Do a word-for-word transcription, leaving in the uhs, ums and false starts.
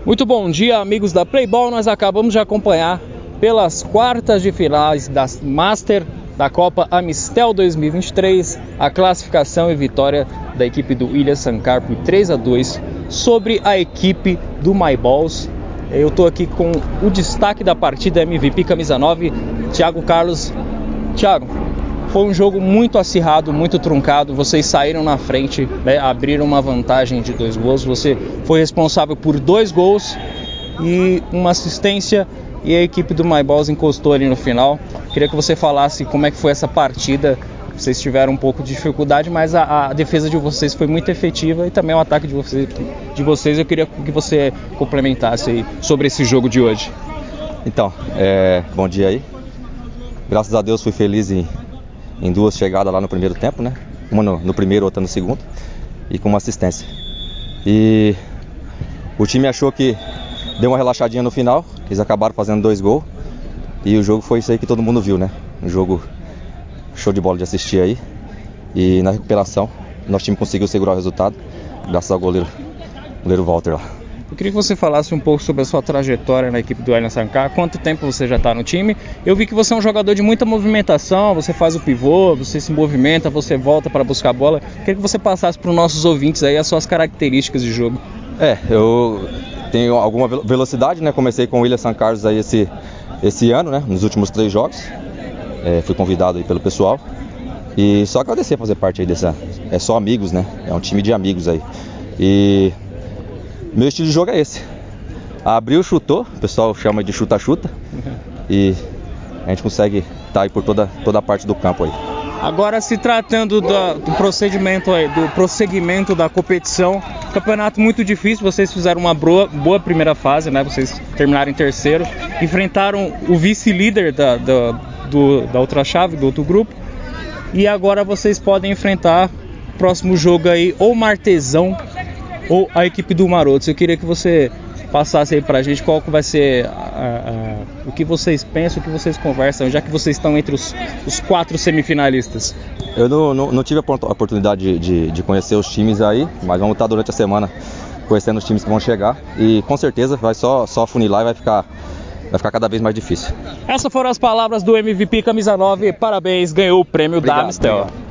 Muito bom dia, amigos da Playball. Nós acabamos de acompanhar pelas quartas de finais da Master da Copa Amistel dois mil e vinte e três a classificação e vitória da equipe do Ilha Sancar por três a dois sobre a equipe do MyBalls. Eu estou aqui com o destaque da partida, M V P camisa nove, Thiago Carlos. Thiago, foi um jogo muito acirrado, muito truncado. Vocês saíram na frente, né, abriram uma vantagem de dois gols. Você foi responsável por dois gols e uma assistência, e a equipe do MyBalls encostou ali no final. Queria que você falasse como é que foi essa partida. Vocês tiveram um pouco de dificuldade, mas a, a defesa de vocês foi muito efetiva e também o ataque de vocês, de vocês. Eu queria que você complementasse aí sobre esse jogo de hoje. Então, é, bom dia aí. Graças a Deus fui feliz em, em duas chegadas lá no primeiro tempo, né? Uma no, no primeiro, outra no segundo, e com uma assistência. E o time achou que deu uma relaxadinha no final, eles acabaram fazendo dois gols, e o jogo foi isso aí que todo mundo viu, né? Um jogo show de bola de assistir aí. E na recuperação, nosso time conseguiu segurar o resultado, graças ao goleiro, goleiro Walter lá. Eu queria que você falasse um pouco sobre a sua trajetória na equipe do Ilha Sancar. Quanto tempo você já está no time? Eu vi que você é um jogador de muita movimentação, você faz o pivô, você se movimenta, você volta para buscar a bola. Eu queria que você passasse para os nossos ouvintes aí as suas características de jogo. É, eu tenho alguma velocidade, né? Comecei com o Ilha Sancar aí esse, esse ano, né? Nos últimos três jogos. É, fui convidado aí pelo pessoal. E só agradecer por fazer parte aí dessa... É só amigos, né? É um time de amigos aí. E meu estilo de jogo é esse. Abriu, chutou, o pessoal chama de chuta-chuta. E a gente consegue estar aí por toda, toda a parte do campo aí. Agora, se tratando da, do procedimento aí, do prosseguimento da competição, campeonato muito difícil. Vocês fizeram uma boa, boa primeira fase, né? Vocês terminaram em terceiro, enfrentaram o vice-líder da, da, do, da outra chave, do outro grupo, e agora vocês podem enfrentar o próximo jogo aí, ou Martesão ou a equipe do Marotos. Eu queria que você passasse aí pra gente qual que vai ser a, a, o que vocês pensam, o que vocês conversam, já que vocês estão entre os, os quatro semifinalistas. Eu não, não, não tive a oportunidade de, de, de conhecer os times aí, mas vamos estar durante a semana conhecendo os times que vão chegar, e com certeza vai só, só funilar e vai ficar, vai ficar cada vez mais difícil. Essas foram as palavras do M V P camisa nove. Parabéns, ganhou o prêmio. Obrigado, da Amistel. Obrigado.